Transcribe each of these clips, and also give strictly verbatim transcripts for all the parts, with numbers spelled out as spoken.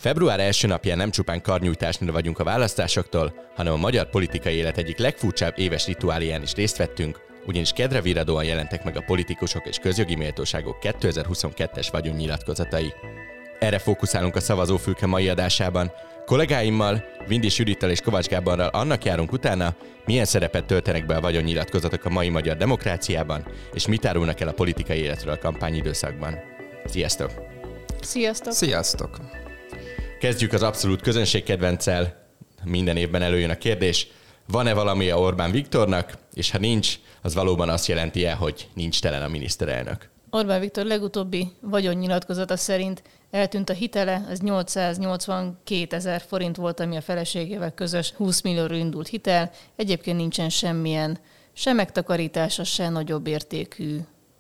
Február első napján nem csupán karnyújtásnál vagyunk a választásoktól, hanem a magyar politikai élet egyik legfurcsább éves rituálián is részt vettünk, ugyanis kedre virradóan jelentek meg a politikusok és közjogi méltóságok kétezer-huszonkettes vagyonnyilatkozatai. Erre fókuszálunk a Szavazófülke mai adásában. Kollégáimmal, Vindis Judittal és Kovács Gáborral annak járunk utána, milyen szerepet töltenek be a vagyonnyilatkozatok a mai magyar demokráciában, és mit árulnak el a politikai életről a kampányidőszakban. Sziasztok! Sziasztok! Sziasztok! Kezdjük az abszolút közönségkedvenccel. Minden évben előjön a kérdés, van-e valami a Orbán Viktornak, és ha nincs, az valóban azt jelenti-e, hogy nincs telen a miniszterelnök. Orbán Viktor legutóbbi vagyonnyilatkozata szerint eltűnt a hitele, ez nyolcszáznyolcvankétezer forint volt, ami a feleségével közös húsz millióról indult hitel. Egyébként nincsen semmilyen, se megtakarítása, se nagyobb értékű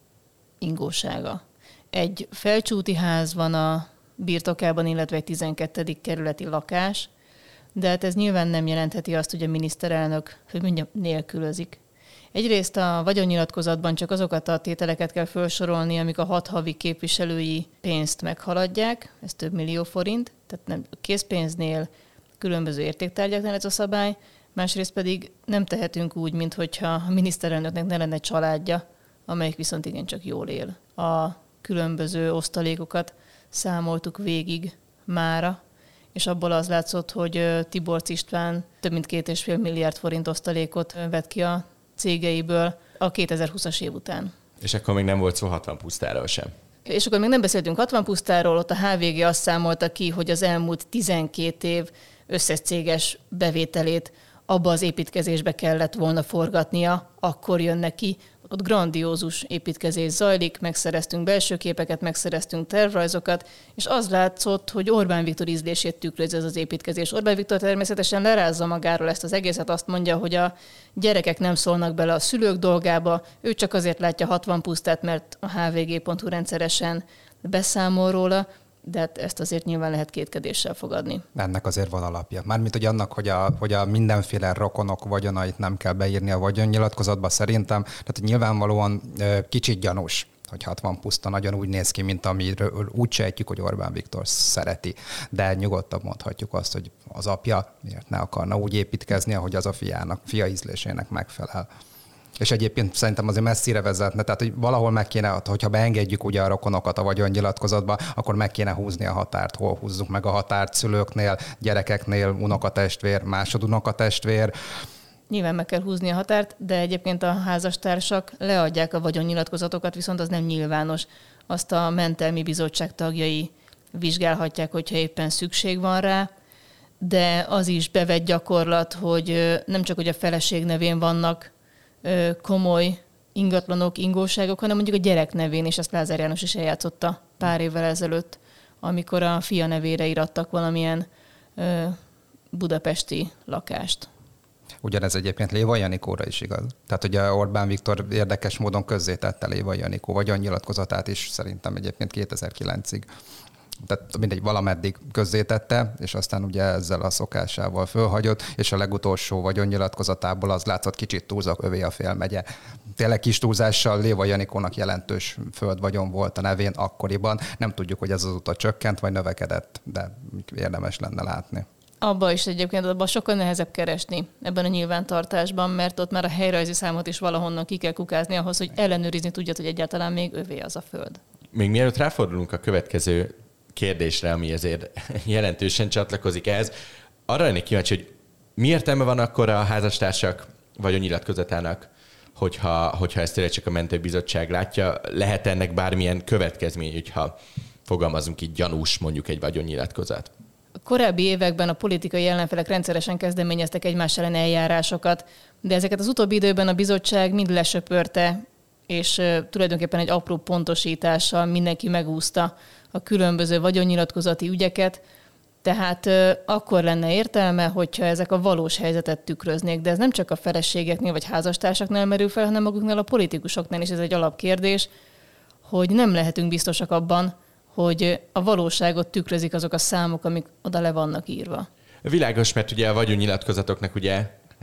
ingósága. Egy felcsúti ház van a birtokában, illetve egy tizenkettedik kerületi lakás, de hát ez nyilván nem jelentheti azt, hogy a miniszterelnök, hogy mondjam, nélkülözik. Egyrészt a vagyonnyilatkozatban csak azokat a tételeket kell felsorolni, amik a hat havi képviselői pénzt meghaladják, ez több millió forint, tehát nem készpénznél, különböző értéktárgyaknál ez a szabály, másrészt pedig nem tehetünk úgy, minthogyha a miniszterelnöknek ne lenne családja, amelyik viszont igencsak jól él. A különböző osztalékokat számoltuk végig mára, és abból az látszott, hogy Tiborcs István több mint két és fél milliárd forint osztalékot vett ki a cégeiből a kétezer-húszas év után. És akkor még nem volt szó hatvan pusztáról sem. És akkor még nem beszéltünk hatvan pusztáról, ott a há vé gé azt számolta ki, hogy az elmúlt tizenkét év összes céges bevételét abba az építkezésbe kellett volna forgatnia, akkor jön neki. Ott grandiózus építkezés zajlik, megszereztünk belső képeket, megszereztünk tervrajzokat, és az látszott, hogy Orbán Viktor ízlését tükrözi ez az építkezés. Orbán Viktor természetesen lerázza magáról ezt az egészet, azt mondja, hogy a gyerekek nem szólnak bele a szülők dolgába, ő csak azért látja hatvan pusztát, mert a há vé gé pont hú rendszeresen beszámol róla, de hát ezt azért nyilván lehet kétkedéssel fogadni. Ennek azért van alapja. Mármint, hogy annak, hogy a, hogy a mindenféle rokonok vagyonait nem kell beírni a vagyonnyilatkozatba szerintem, tehát nyilvánvalóan kicsit gyanús, hogy hatvan puszta nagyon úgy néz ki, mint amiről úgy sejtjük, hogy Orbán Viktor szereti. De nyugodtan mondhatjuk azt, hogy az apja miért ne akarna úgy építkezni, ahogy az a fiának, fia ízlésének megfelel. És egyébként szerintem azért messzire vezetne, tehát hogy valahol meg kéne, hogyha beengedjük ugye a rokonokat a vagyonnyilatkozatba, akkor meg kéne húzni a határt. Hol húzzuk meg a határt szülőknél, gyerekeknél, unokatestvér, másodunokatestvér. Nyilván meg kell húzni a határt, de egyébként a házastársak leadják a vagyonnyilatkozatokat, viszont az nem nyilvános. Azt a mentelmi bizottság tagjai vizsgálhatják, hogyha éppen szükség van rá, de az is bevett gyakorlat, hogy nem csak hogy a feleség nevén vannak komoly ingatlanok, ingóságok, hanem mondjuk a gyerek nevén, és ezt Lázár János is eljátszotta pár évvel ezelőtt, amikor a fia nevére irattak valamilyen ö, budapesti lakást. Ugyanez egyébként Lévai Janikóra is igaz. Tehát ugye Orbán Viktor érdekes módon közzétette Lévai Janikó vagyonnyilatkozatát is szerintem egyébként kétezer-kilencig. Tehát mindegy, valameddig közzétette, és aztán ugye ezzel a szokásával fölhagyott, és a legutolsó vagyonnyilatkozatából az látszott kicsit túlzak, övé a félmegye. Tényleg kis túlzással Lévai Janikónak jelentős földvagyon volt a nevén akkoriban. Nem tudjuk, hogy ez azóta csökkent, vagy növekedett, de érdemes lenne látni. Abba is egyébként, abban sokkal nehezebb keresni ebben a nyilvántartásban, mert ott már a helyrajzi számot is valahonnan ki kell kukázni ahhoz, hogy ellenőrizni tudjad, hogy egyáltalán még övé az a föld. Még mielőtt ráfordulunk a következő kérdésre, ami azért jelentősen csatlakozik ehhez. Arra lennék kíváncsi, hogy mi értelme van akkor a házastársak vagyonnyilatkozatának, hogyha, hogyha ezt tényleg csak a mentőbizottság látja, lehet ennek bármilyen következmény, hogyha fogalmazunk így gyanús mondjuk egy vagyonnyilatkozat? A korábbi években a politikai ellenfelek rendszeresen kezdeményeztek egymás ellen eljárásokat, de ezeket az utóbbi időben a bizottság mind lesöpörte, és uh, tulajdonképpen egy apró pontosítással mindenki megúszta a különböző vagyonnyilatkozati ügyeket, tehát uh, akkor lenne értelme, hogyha ezek a valós helyzetet tükröznék, de ez nem csak a feleségeknél vagy házastársaknál merül fel, hanem maguknál a politikusoknál is ez egy alapkérdés, hogy nem lehetünk biztosak abban, hogy a valóságot tükrözik azok a számok, amik oda le vannak írva. Világos, mert ugye a vagyonnyilatkozatoknak ugye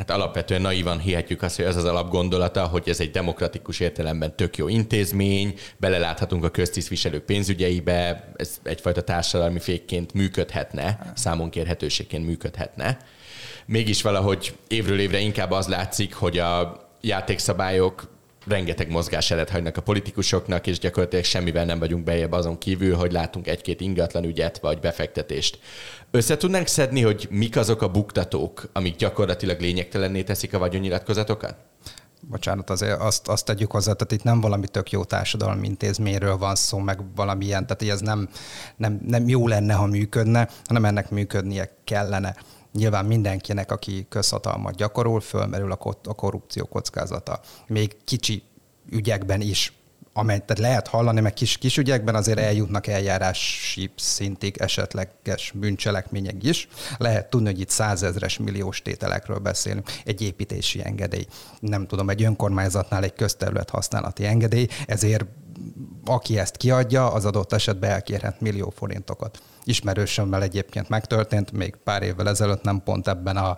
Hát alapvetően naívan hihetjük azt, hogy ez az alapgondolata, hogy ez egy demokratikus értelemben tök jó intézmény, beleláthatunk a köztisztviselők pénzügyeibe, ez egyfajta társadalmi fékként működhetne, számonkérhetőségként működhetne. Mégis valahogy évről évre inkább az látszik, hogy a játékszabályok rengeteg mozgáseret hagynak a politikusoknak, és gyakorlatilag semmivel nem vagyunk bejebb azon kívül, hogy látunk egy-két ingatlan ügyet vagy befektetést. Össze tudnánk szedni, hogy mik azok a buktatók, amik gyakorlatilag lényegtelenné teszik a vagyonnyilatkozatokat? Bocsánat, azért azt, azt tegyük hozzá, tehát itt nem valami tök jó társadalmi intézményről van szó, meg valamilyen, tehát ez nem, nem, nem jó lenne, ha működne, hanem ennek működnie kellene. Nyilván mindenkinek, aki közhatalmat gyakorol, fölmerül a korrupció kockázata. Még kicsi ügyekben is, amely, tehát lehet hallani, meg kis, kis ügyekben azért eljutnak eljárási szintig esetleges bűncselekmények is. Lehet tudni, hogy itt százezres milliós tételekről beszélünk. Egy építési engedély, nem tudom, egy önkormányzatnál egy közterület használati engedély, ezért aki ezt kiadja, az adott esetben elkérhet millió forintokat. Ismerősömmel egyébként megtörtént, még pár évvel ezelőtt, nem pont ebben a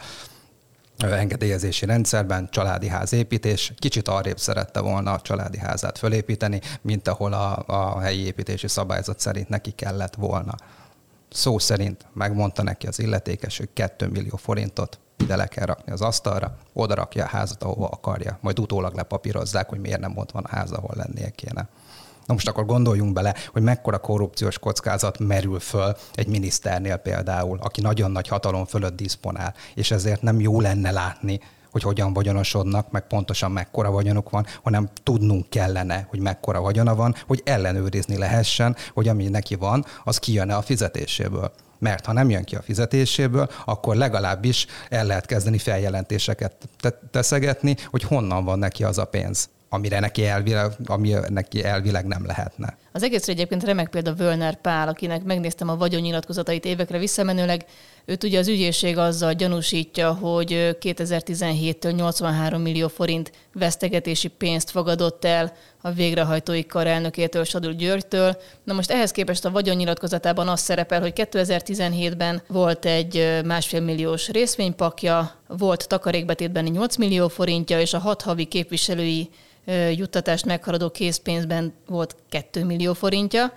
engedélyezési rendszerben, családi házépítés. Kicsit arrébb szerette volna a családi házát fölépíteni, mint ahol a, a helyi építési szabályzat szerint neki kellett volna. Szó szerint megmondta neki az illetékes, hogy két millió forintot ide le kell rakni az asztalra, oda rakja a házat, ahova akarja. Majd utólag lepapírozzák, hogy miért nem ott van a ház, ahol lennie kéne. Na most akkor gondoljunk bele, hogy mekkora korrupciós kockázat merül föl egy miniszternél például, aki nagyon nagy hatalom fölött diszponál, és ezért nem jó lenne látni, hogy hogyan vagyonosodnak, meg pontosan mekkora vagyonuk van, hanem tudnunk kellene, hogy mekkora vagyona van, hogy ellenőrizni lehessen, hogy ami neki van, az kijön-e a fizetéséből. Mert ha nem jön ki a fizetéséből, akkor legalábbis el lehet kezdeni feljelentéseket teszegetni, hogy honnan van neki az a pénz, amire neki elvileg, ami neki elvileg nem lehetne. Az egészre egyébként remek példa Völner Pál, akinek megnéztem a vagyonnyilatkozatait évekre visszamenőleg. Őt ugye az ügyészség azzal gyanúsítja, hogy kétezer-tizenhéttől nyolcvanhárom millió forint vesztegetési pénzt fogadott el a végrehajtói kar elnökétől, Sadul Györgytől. Na most ehhez képest a vagyonnyilatkozatában az szerepel, hogy kétezer-tizenhétben volt egy másfél milliós részvénypakja, volt takarékbetétben nyolc millió forintja, és a hat havi képviselői juttatást meghaladó készpénzben volt két millió forintja.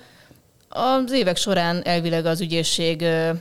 Az évek során elvileg az ügyészség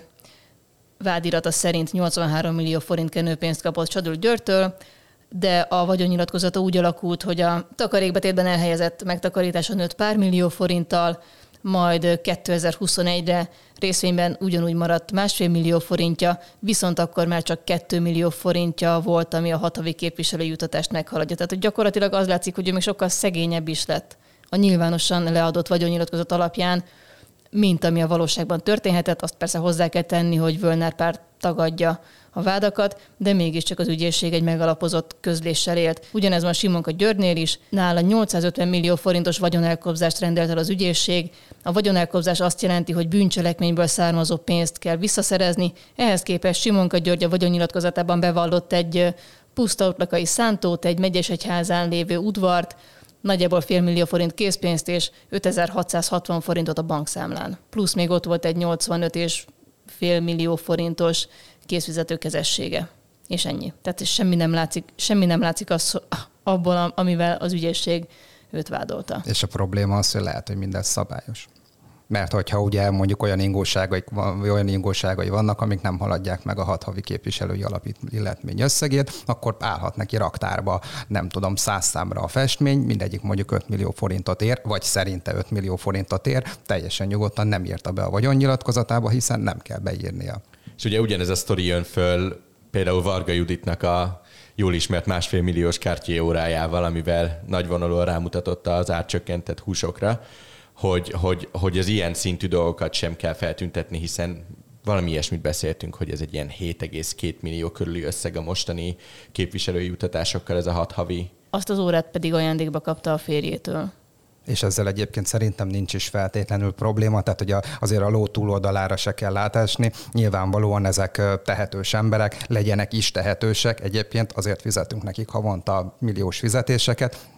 vádirata szerint nyolcvanhárom millió forint kenőpénzt kapott Sadul Györgytől, de a vagyonnyilatkozata úgy alakult, hogy a takarékbetétben elhelyezett megtakarítása nőtt pár millió forinttal, majd kétezer-huszonegyre részvényben ugyanúgy maradt másfél millió forintja, viszont akkor már csak két millió forintja volt, ami a hat havi képviselői juttatást meghaladja. Tehát hogy gyakorlatilag az látszik, hogy ő még sokkal szegényebb is lett a nyilvánosan leadott vagyonnyilatkozat alapján, mint ami a valóságban történhetett. Azt persze hozzá kell tenni, hogy Völner Pál tagadja a vádakat, de mégiscsak az ügyészség egy megalapozott közléssel élt. Ugyanez van Simonka Györgynél is, nála nyolcszázötven millió forintos vagyonelkobzást rendelt el az ügyészség. A vagyonelkobzás azt jelenti, hogy bűncselekményből származó pénzt kell visszaszerezni. Ehhez képest Simonka György a vagyonnyilatkozatában bevallott egy puszta utlakai szántót, egy megyesegyházán lévő udvart, nagyjából fél millió forint készpénzt és ötezer-hatszázhatvan forintot a bankszámlán. Plusz még ott volt egy nyolcvanöt és fél millió forintos készfizetőkezessége. És ennyi. Tehát semmi nem látszik, semmi nem látszik az, abból, amivel az ügyészség őt vádolta. És a probléma az, hogy lehet, hogy mindez szabályos. Mert hogyha ugye mondjuk olyan ingóságai, olyan ingóságai vannak, amik nem haladják meg a hat havi képviselői alapilletmény összegét, akkor állhat neki raktárba, nem tudom, száz számra a festmény, mindegyik mondjuk öt millió forintot ér, vagy szerinte öt millió forintot ér, teljesen nyugodtan nem írta be a vagyonnyilatkozatába, hiszen nem kell beírnia. És ugye ugyanez a sztori jön föl például Varga Juditnak a jól ismert másfél milliós Cartier órájával, amivel nagyvonalúan rámutatott az árcsökkentett húsokra, hogy, hogy, hogy az ilyen szintű dolgokat sem kell feltüntetni, hiszen valami ilyesmit beszéltünk, hogy ez egy ilyen hét egész két millió körüli összeg a mostani képviselői juttatásokkal, ez a hat havi. Azt az órát pedig ajándékba kapta a férjétől. És ezzel egyébként szerintem nincs is feltétlenül probléma, tehát hogy azért a ló túloldalára se kell átesni. Nyilvánvalóan ezek tehetős emberek, legyenek is tehetősek, egyébként azért fizetünk nekik havonta milliós fizetéseket,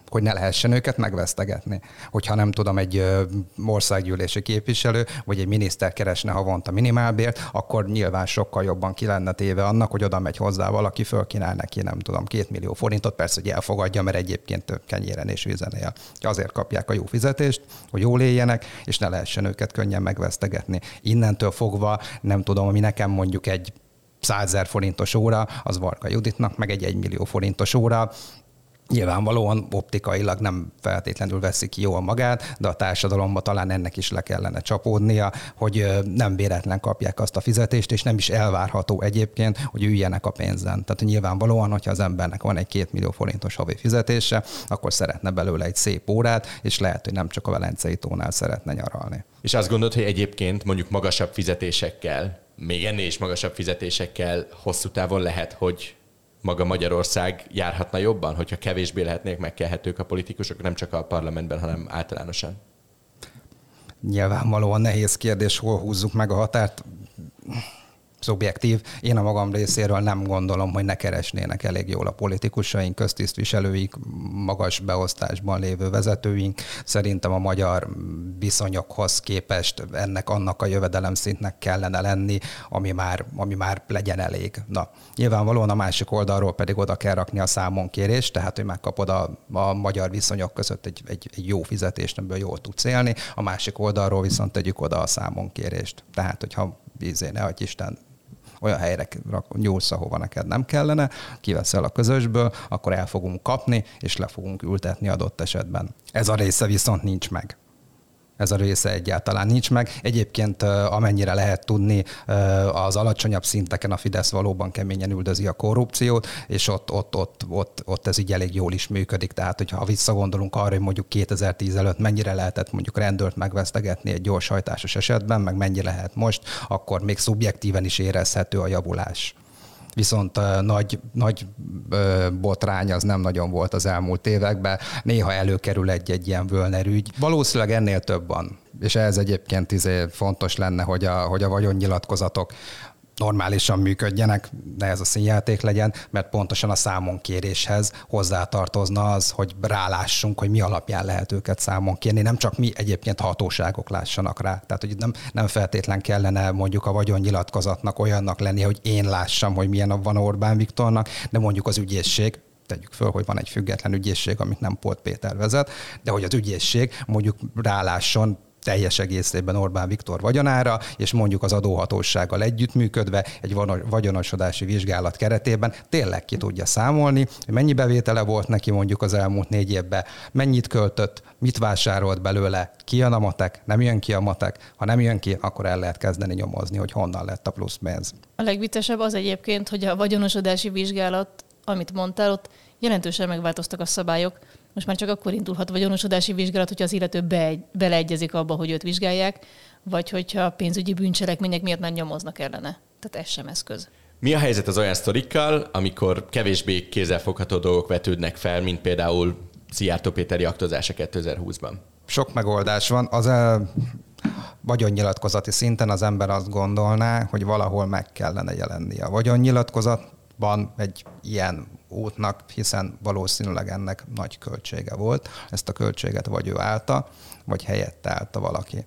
hogy ne lehessen őket megvesztegetni. Hogyha nem tudom, egy országgyűlési képviselő, vagy egy miniszter keresne havonta minimálbért, akkor nyilván sokkal jobban ki lenne téve annak, hogy oda megy hozzá valaki, fölkínál neki, nem tudom, két millió forintot, persze, hogy elfogadja, mert egyébként több kenyéren és vízen él. Azért kapják a jó fizetést, hogy jól éljenek, és ne lehessen őket könnyen megvesztegetni. Innentől fogva, nem tudom, ami nekem mondjuk egy százezer forintos óra, az Varga Juditnak, meg egy egymillió forintos óra, nyilvánvalóan optikailag nem feltétlenül veszi ki jól magát, de a társadalomban talán ennek is le kellene csapódnia, hogy nem véletlen kapják azt a fizetést, és nem is elvárható egyébként, hogy üljenek a pénzen. Tehát nyilvánvalóan, hogyha az embernek van egy két millió forintos havi fizetése, akkor szeretne belőle egy szép órát, és lehet, hogy nem csak a Velencei tónál szeretne nyaralni. És azt gondolod, hogy egyébként mondjuk magasabb fizetésekkel, még ennél is magasabb fizetésekkel hosszú távon lehet, hogy maga Magyarország járhatna jobban, hogyha kevésbé lehetnék megkelhetők a politikusok, nem csak a parlamentben, hanem általánosan? Nyilvánvalóan nehéz kérdés, hol húzzuk meg a határt. Szubjektív. Én a magam részéről nem gondolom, hogy ne keresnének elég jól a politikusaink, köztisztviselőink, magas beosztásban lévő vezetőink. Szerintem a magyar viszonyokhoz képest ennek annak a jövedelemszintnek kellene lenni, ami már, ami már legyen elég. Na, nyilvánvalóan a másik oldalról pedig oda kell rakni a számonkérést, tehát hogy megkapod a, a magyar viszonyok között egy, egy, egy jó fizetést, amiből jól tudsz élni, a másik oldalról viszont tegyük oda a számonkérést. Tehát, hogyha vízé, ne adj Isten, olyan helyre nyúlsz, ahova neked nem kellene, kiveszel a közösből, akkor el fogunk kapni, és le fogunk ültetni adott esetben. Ez a része viszont nincs meg. Ez a része egyáltalán nincs meg. Egyébként amennyire lehet tudni, az alacsonyabb szinteken a Fidesz valóban keményen üldözi a korrupciót, és ott, ott, ott, ott, ott ez így elég jól is működik. Tehát, hogyha visszagondolunk arra, hogy mondjuk kétezer-tíz előtt mennyire lehetett mondjuk rendőrt megvesztegetni egy gyorshajtásos esetben, meg mennyi lehet most, akkor még szubjektíven is érezhető a javulás. Viszont uh, nagy, nagy uh, botrány az nem nagyon volt az elmúlt években. Néha előkerül egy-egy ilyen Völner ügy. Valószínűleg ennél több van. És ez egyébként izé fontos lenne, hogy a, hogy a vagyonnyilatkozatok normálisan működjenek, de ez a színjáték legyen, mert pontosan a számonkéréshez hozzátartozna az, hogy rálássunk, hogy mi alapján lehet őket számon kérni. Nem csak mi, egyébként hatóságok lássanak rá. Tehát, hogy nem, nem feltétlen kellene mondjuk a vagyonnyilatkozatnak olyannak lenni, hogy én lássam, hogy milyen van Orbán Viktornak, de mondjuk az ügyészség, tegyük föl, hogy van egy független ügyészség, amit nem Polt Péter vezet, de hogy az ügyészség mondjuk rálásson teljes egészében Orbán Viktor vagyonára, és mondjuk az adóhatósággal együttműködve egy vagyonosodási vizsgálat keretében tényleg ki tudja számolni, hogy mennyi bevétele volt neki mondjuk az elmúlt négy évben, mennyit költött, mit vásárolt belőle, ki jön a matek, nem jön ki a matek, ha nem jön ki, akkor el lehet kezdeni nyomozni, hogy honnan lett a plusz pénz. A legvittesebb az egyébként, hogy a vagyonosodási vizsgálat, amit mondtál, ott jelentősen megváltoztak a szabályok. Most már csak akkor indulhat vagyonosodási vizsgálat, hogyha az illető be, beleegyezik abba, hogy őt vizsgálják, vagy hogyha pénzügyi bűncselekmények miatt már nyomoznak ellene. Tehát ez sem eszköz. Mi a helyzet az olyan sztorikkal, amikor kevésbé kézzelfogható dolgok vetődnek fel, mint például Szijjártó Péter jaktozása kétezer-húszban? Sok megoldás van. Az a vagyonnyilatkozati szinten az ember azt gondolná, hogy valahol meg kellene jelennie. A vagyonnyilatkozatban egy ilyen útnak, hiszen valószínűleg ennek nagy költsége volt. Ezt a költséget vagy ő állta, vagy helyette állta valaki.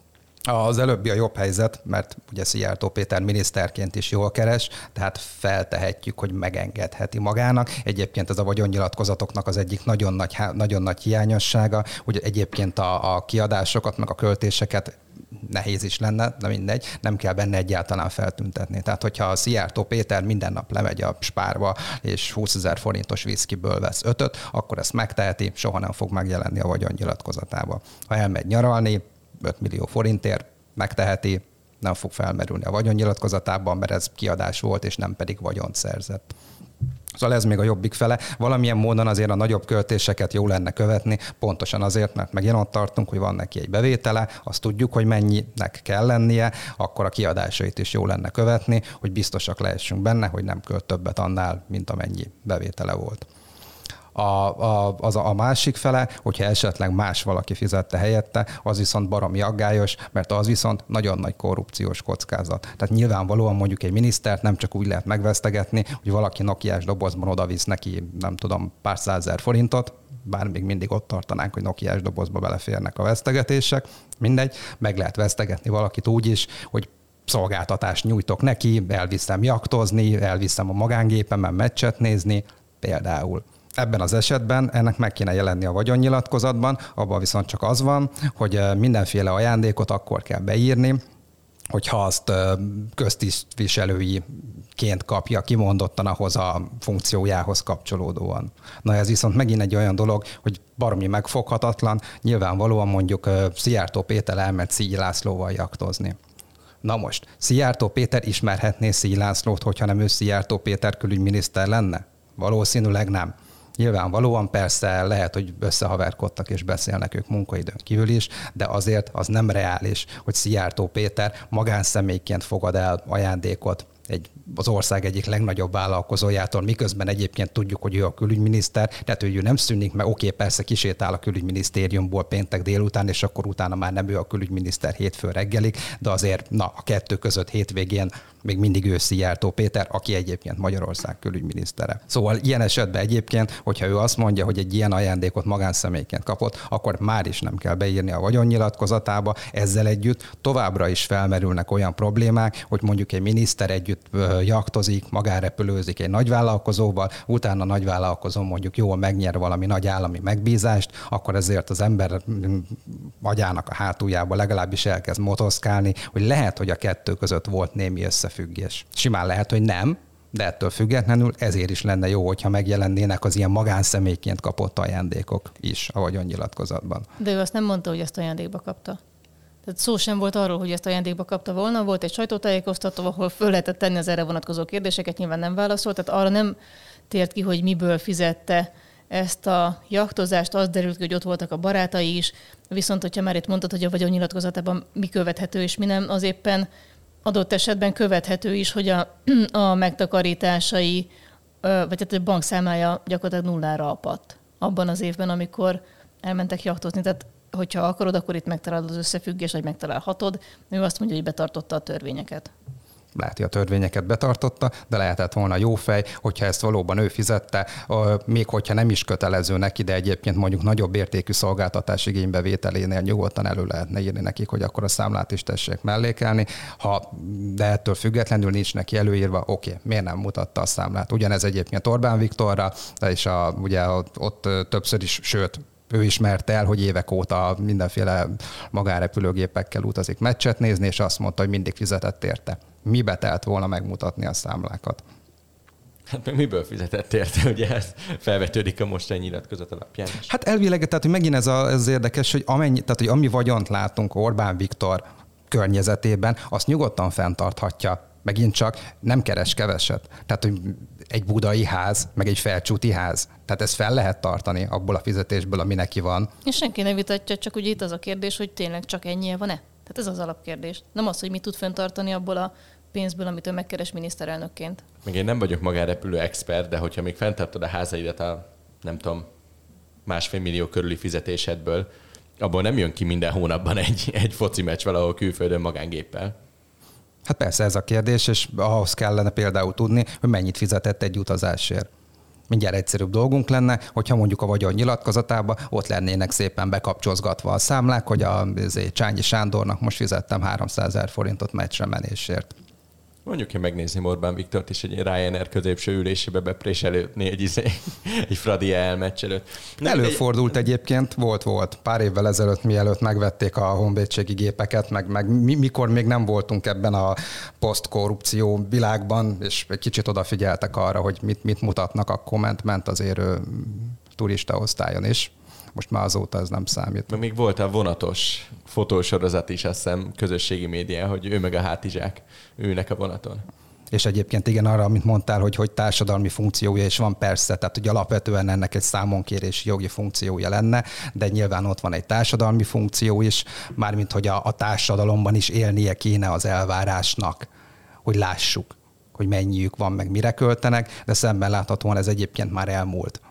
Az előbbi a jobb helyzet, mert ugye Szijjártó Péter miniszterként is jól keres, tehát feltehetjük, hogy megengedheti magának. Egyébként ez a vagyonnyilatkozatoknak az egyik nagyon nagy, nagyon nagy hiányossága, hogy egyébként a, a kiadásokat, meg a költéseket nehéz is lenne, de mindegy, nem kell benne egyáltalán feltüntetni. Tehát, hogyha a Szijjártó Péter minden nap lemegy a Spárba, és húszezer forintos viszkiből vesz ötöt, akkor ezt megteheti, soha nem fog megjelenni a vagyonnyilatkozatába. Ha elmegy nyaralni, öt millió forintért megteheti, nem fog felmerülni a vagyonnyilatkozatában, mert ez kiadás volt, és nem pedig vagyont szerzett. Szóval ez még a jobbik fele. Valamilyen módon azért a nagyobb költéseket jó lenne követni, pontosan azért, mert megint ott tartunk, hogy van neki egy bevétele, azt tudjuk, hogy mennyinek kell lennie, akkor a kiadásait is jó lenne követni, hogy biztosak lehessünk benne, hogy nem költ többet annál, mint amennyi bevétele volt. A, a, az a másik fele, hogyha esetleg más valaki fizette helyette, az viszont baromi aggályos, mert az viszont nagyon nagy korrupciós kockázat. Tehát nyilvánvalóan mondjuk egy minisztert nem csak úgy lehet megvesztegetni, hogy valaki nokiás dobozban odavisz neki, nem tudom, pár százezer forintot, bár még mindig ott tartanánk, hogy Nokiás dobozba beleférnek a vesztegetések, mindegy, meg lehet vesztegetni valakit úgy is, hogy szolgáltatást nyújtok neki, elviszem jaktozni, elviszem a magángépemen meccset nézni, például. Ebben az esetben ennek meg kéne jelenni a vagyonnyilatkozatban, abban viszont csak az van, hogy mindenféle ajándékot akkor kell beírni, hogyha azt köztisztviselőiként kapja kimondottan ahhoz a funkciójához kapcsolódóan. Na ez viszont megint egy olyan dolog, hogy baromi megfoghatatlan, nyilvánvalóan mondjuk Szijjártó Péter elment Szíj Lászlóval jaktozni. Na most, Szijjártó Péter ismerhetné Szíj Lászlót, hogyha nem ő Szijjártó Péter külügyminiszter lenne? Valószínűleg nem. Nyilvánvalóan persze lehet, hogy összehaverkodtak és beszélnek ők munkaidőn kívül is, de azért az nem reális, hogy Szijjártó Péter magánszemélyként fogad el ajándékot egy, az ország egyik legnagyobb vállalkozójától, miközben egyébként tudjuk, hogy ő a külügyminiszter, tehát ő nem szűnik meg, oké, persze kisétál a külügyminisztériumból péntek délután, és akkor utána már nem ő a külügyminiszter hétfő reggelig, de azért na, a kettő között hétvégén még mindig ő Szijjártó Péter, aki egyébként Magyarország külügyminisztere. Szóval ilyen esetben egyébként, hogyha ő azt mondja, hogy egy ilyen ajándékot magánszemélyként kapott, akkor már is nem kell beírni a vagyonnyilatkozatába. Ezzel együtt továbbra is felmerülnek olyan problémák, hogy mondjuk egy miniszter együtt jaktozik, magánrepülőzik egy nagyvállalkozóval, utána a nagyvállalkozó mondjuk jól megnyer valami nagy állami megbízást, akkor ezért az ember agyának a hátuljába legalábbis elkezd motoszkálni, hogy lehet, hogy a kettő között volt némi összefüggés. Simán lehet, hogy nem, de ettől függetlenül ezért is lenne jó, hogyha megjelennének az ilyen magánszemélyként kapott ajándékok is a vagyonnyilatkozatban. De ő azt nem mondta, hogy ezt ajándékba kapta. Tehát szó sem volt arról, hogy ezt ajándékba kapta volna, volt egy sajtótájékoztató, ahol föl lehetett tenni az erre vonatkozó kérdéseket, nyilván nem válaszolt, tehát arra nem tért ki, hogy miből fizette ezt a jaktozást, az derült ki, hogy ott voltak a barátai is, viszont hogyha már itt mondtad, hogy a vagyonnyilatkozatában mi követhető és mi nem, az éppen adott esetben követhető is, hogy a, a megtakarításai, vagy hát a bankszámlája gyakorlatilag nullára apadt abban az évben, amikor elmentek jaktozni. Tehát hogyha akarod, akkor itt megtalálod az összefüggést, vagy megtalálhatod. Ő azt mondja, hogy betartotta a törvényeket. Lehet, hogy a törvényeket betartotta, de lehetett volna jó fej, hogyha ezt valóban ő fizette, még hogyha nem is kötelező neki, de egyébként mondjuk nagyobb értékű szolgáltatás igénybevételénél nyugodtan elő lehetne írni nekik, hogy akkor a számlát is tessék mellékelni. Ha, de ettől függetlenül nincs neki előírva, oké, miért nem mutatta a számlát? Ugyanez egyébként Orbán Viktorra, és a, ugye ott többször is, sőt, ő ismerte el, hogy évek óta mindenféle magánrepülőgépekkel utazik meccset nézni, és azt mondta, hogy mindig fizetett érte. Mibe telt volna megmutatni a számlákat? Hát meg miből fizetett érte, ugye ez felvetődik a mostani nyilatkozat alapján is. Hát elvileg, tehát hogy megint ez, a, ez érdekes, hogy, amennyi, tehát, hogy ami vagyont látunk Orbán Viktor környezetében, azt nyugodtan fenntarthatja. Megint csak nem keres keveset. Tehát, hogy egy budai ház, meg egy felcsúti ház. Tehát ezt fel lehet tartani abból a fizetésből, ami neki van. És senki nem vitatja, csak ugye itt az a kérdés, hogy tényleg csak ennyie van-e? Tehát ez az alapkérdés. Nem az, hogy mit tud fenntartani abból a pénzből, amit ő megkeres miniszterelnökként. Meg én nem vagyok magánrepülő expert, de hogyha még fenntartod a házaidat a, nem tudom, másfél millió körüli fizetésedből, abból nem jön ki minden hónapban egy, egy foci meccs valahol külföldön magángéppel. Hát persze ez a kérdés, és ahhoz kellene például tudni, hogy mennyit fizetett egy utazásért. Mindjárt egyszerűbb dolgunk lenne, hogyha mondjuk a vagyon nyilatkozatában ott lennének szépen bekapcsolgatva a számlák, hogy a Csányi Sándornak most fizettem háromszázezer forintot meccsre menésért. Mondjuk én megnézném Orbán Viktort is egy Ryanair középső ülésébe bepréselődni egy, izé, egy Fradi E L meccs előtt. Nem, Előfordult egy... egyébként, volt-volt. Pár évvel ezelőtt, mielőtt megvették a honvédségi gépeket, meg, meg mi, mikor még nem voltunk ebben a posztkorrupció világban, és egy kicsit odafigyeltek arra, hogy mit, mit mutatnak, akkor ment, ment azért ő, turista osztályon is. Most már azóta ez nem számít. Meg még volt a vonatos fotósorozat is, azt hiszem, közösségi médián, hogy ő meg a hátizsák ülnek a vonaton. És egyébként igen, arra, amit mondtál, hogy, hogy társadalmi funkciója is van, persze, tehát hogy alapvetően ennek egy számonkérési jogi funkciója lenne, de nyilván ott van egy társadalmi funkció is, mármint hogy a, a társadalomban is élnie kéne az elvárásnak, hogy lássuk, hogy mennyiük van, meg mire költenek, de szemben láthatóan ez egyébként már elmúlt.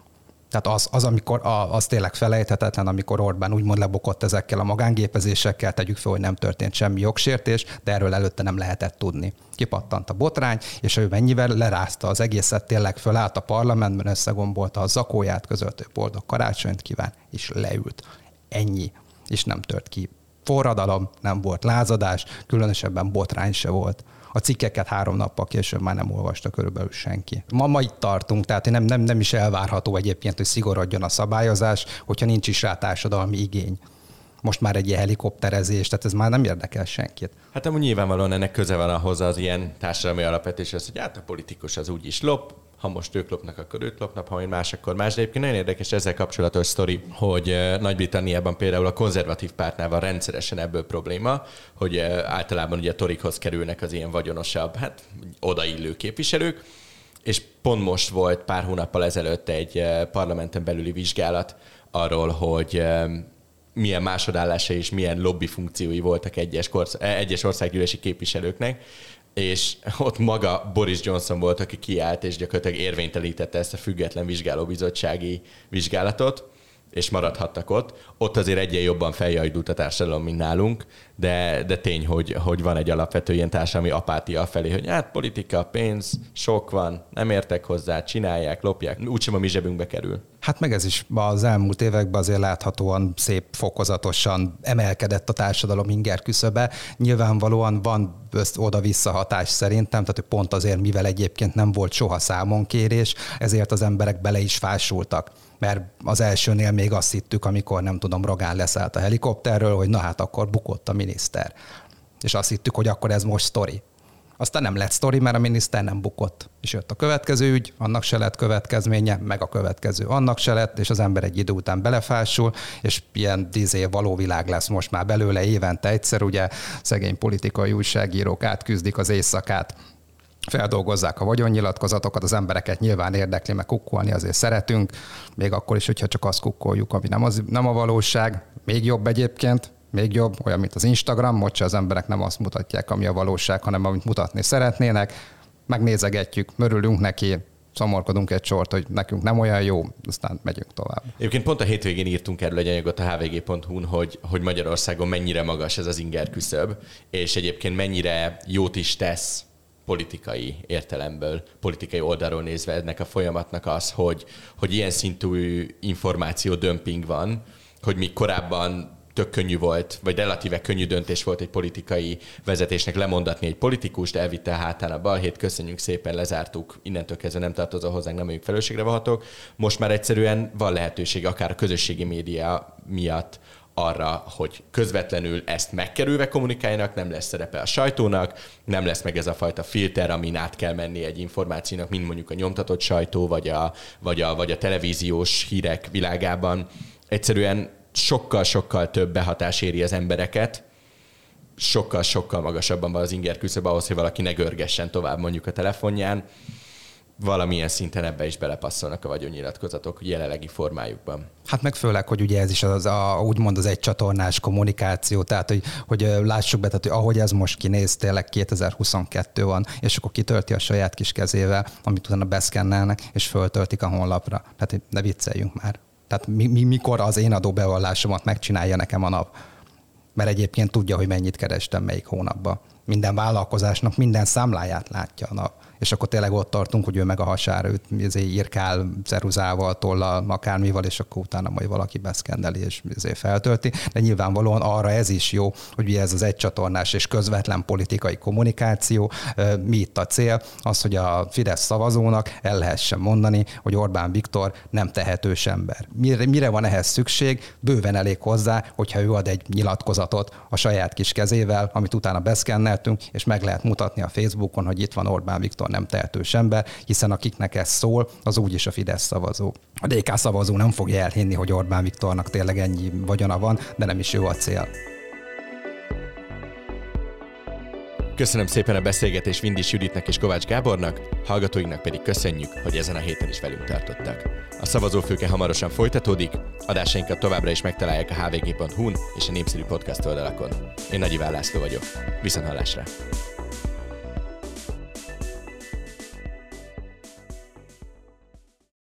Tehát az, az amikor, az tényleg felejthetetlen, amikor Orbán úgymond lebukott ezekkel a magángépezésekkel, tegyük fel, hogy nem történt semmi jogsértés, de erről előtte nem lehetett tudni. Kipattant a botrány, és ő mennyivel lerázta az egészet, tényleg fölállt a parlamentben, összegombolta a zakóját, közölte, boldog karácsonyt kíván, és leült. Ennyi. És nem tört ki forradalom, nem volt lázadás, különösebben botrány se volt. A cikkeket három nappal később már nem olvasta körülbelül senki. Ma, ma itt tartunk, tehát nem, nem, nem is elvárható egyébként, hogy szigorodjon a szabályozás, hogyha nincs is rá társadalmi igény. Most már egy ilyen helikopterezés, tehát ez már nem érdekel senkit. Hát amúgy nyilvánvalóan ennek köze van ahhoz az ilyen társadalmi alapvetéshez, hogy hát a politikus az úgy is lop, ha most ők lopnak, akkor ők lopnak, ha más, akkor más. De egyébként nagyon érdekes ezzel kapcsolatos sztori, hogy Nagy-Britanniában például a konzervatív pártnál van rendszeresen ebből probléma, hogy általában ugye a torikhoz kerülnek az ilyen vagyonosabb, hát odaillő képviselők, és pont most volt pár hónappal ezelőtt egy parlamenten belüli vizsgálat arról, hogy milyen másodállása és milyen lobby funkciói voltak egyes, korsz- egyes országgyűlési képviselőknek, és ott maga Boris Johnson volt, aki kiállt, és gyakorlatilag érvénytelítette ezt a független vizsgálóbizottsági vizsgálatot, és maradhattak ott. Ott azért egyen jobban feljajdult a társadalom, mint nálunk, de, de tény, hogy, hogy van egy alapvető ilyen társadalmi apátia felé, hogy hát politika, pénz, sok van, nem értek hozzá, csinálják, lopják, úgysem a mi zsebünkbe kerül. Hát meg ez is az elmúlt években azért láthatóan szép fokozatosan emelkedett a társadalom inger küszöbe. Nyilvánvalóan van oda-vissza hatás szerintem, tehát pont azért, mivel egyébként nem volt soha számonkérés, ezért az emberek bele is fásultak. Mert az elsőnél még azt hittük, amikor nem tudom, Rogán leszállt a helikopterről, hogy na hát akkor bukott a miniszter. És azt hittük, hogy akkor ez most sztori. Aztán nem lett sztori, mert a miniszter nem bukott. És jött a következő ügy, annak se lett következménye, meg a következő annak se lett, és az ember egy idő után belefásul, és ilyen dizé való világ lesz most már belőle évente egyszer, ugye szegény politikai újságírók átküzdik az éjszakát, feldolgozzák a vagyonnyilatkozatokat, az embereket nyilván érdekli, meg kukkolni azért szeretünk, még akkor is, hogyha csak azt kukkoljuk, ami nem, az, nem a valóság. Még jobb egyébként, még jobb, olyan, mint az Instagram, most az emberek nem azt mutatják, ami a valóság, hanem amit mutatni szeretnének. Megnézegetjük, örülünk neki, szomorkodunk egy sort, hogy nekünk nem olyan jó, aztán megyünk tovább. Egyébként pont a hétvégén írtunk erről egy anyagot a há vé gé pont hu-n, hogy, hogy Magyarországon mennyire magas ez az inger küszöb, és egyébként mennyire jót is tesz politikai értelemből, politikai oldalról nézve ennek a folyamatnak az, hogy, hogy ilyen szintű információ dömping van, hogy még korábban tök könnyű volt, vagy relatíve könnyű döntés volt egy politikai vezetésnek lemondatni egy politikust, elvitte a hátán a balhét, köszönjük szépen, lezártuk, innentől kezdve nem tartozol hozzánk, nem vagyunk felelősségre vallhatók. Most már egyszerűen van lehetőség akár a közösségi média miatt arra, hogy közvetlenül ezt megkerülve kommunikáljanak, nem lesz szerepe a sajtónak, nem lesz meg ez a fajta filter, amin át kell menni egy információnak, mint mondjuk a nyomtatott sajtó, vagy a, vagy a, vagy a televíziós hírek világában. Egyszerűen sokkal-sokkal több behatás éri az embereket, sokkal-sokkal magasabban van az inger küszöb ahhoz, hogy valaki ne görgessen tovább mondjuk a telefonján. Valamilyen szinten ebbe is belepasszolnak a vagyonnyilatkozatok jelenlegi formájukban. Hát meg főleg, hogy ugye ez is az a, úgymond az egy csatornás kommunikáció, tehát hogy, hogy lássuk be, tehát, hogy ahogy ez most kinéz, tényleg kétezer-huszonkettő van, és akkor kitölti a saját kis kezével, amit utána beszkennelnek, és föltöltik a honlapra. Tehát ne vicceljünk már. Tehát mi, mi, mikor az én adóbevallásomat megcsinálja nekem a nap? Mert egyébként tudja, hogy mennyit kerestem melyik hónapban. Minden vállalkozásnak minden számláját látja a nap. És akkor tényleg ott tartunk, hogy ő meg a hasára őt írkál ceruzával, tollal, akármival, és akkor utána majd valaki beszkendeli és feltölti. De nyilvánvalóan arra ez is jó, hogy ugye ez az egycsatornás és közvetlen politikai kommunikáció. Mi itt a cél? Az, hogy a Fidesz szavazónak el lehessen mondani, hogy Orbán Viktor nem tehetős ember. Mire, mire van ehhez szükség? Bőven elég hozzá, hogyha ő ad egy nyilatkozatot a saját kis kezével, amit utána beszkenneltünk, és meg lehet mutatni a Facebookon, hogy itt van Orbán Viktor nem tehetős ember, hiszen akiknek ez szól, az úgyis a Fidesz szavazó. A dé ká szavazó nem fogja elhinni, hogy Orbán Viktornak tényleg ennyi vagyona van, de nem is jó a cél. Köszönöm szépen a beszélgetést Vindis Juditnak és Kovács Gábornak, hallgatóinknak pedig köszönjük, hogy ezen a héten is velünk tartottak. A Szavazófülke hamarosan folytatódik, adásainkat továbbra is megtalálják a há vé gé pont hu-n és a népszerű podcast oldalakon. Én Nagy Iván László vagyok. Viszonthallásra!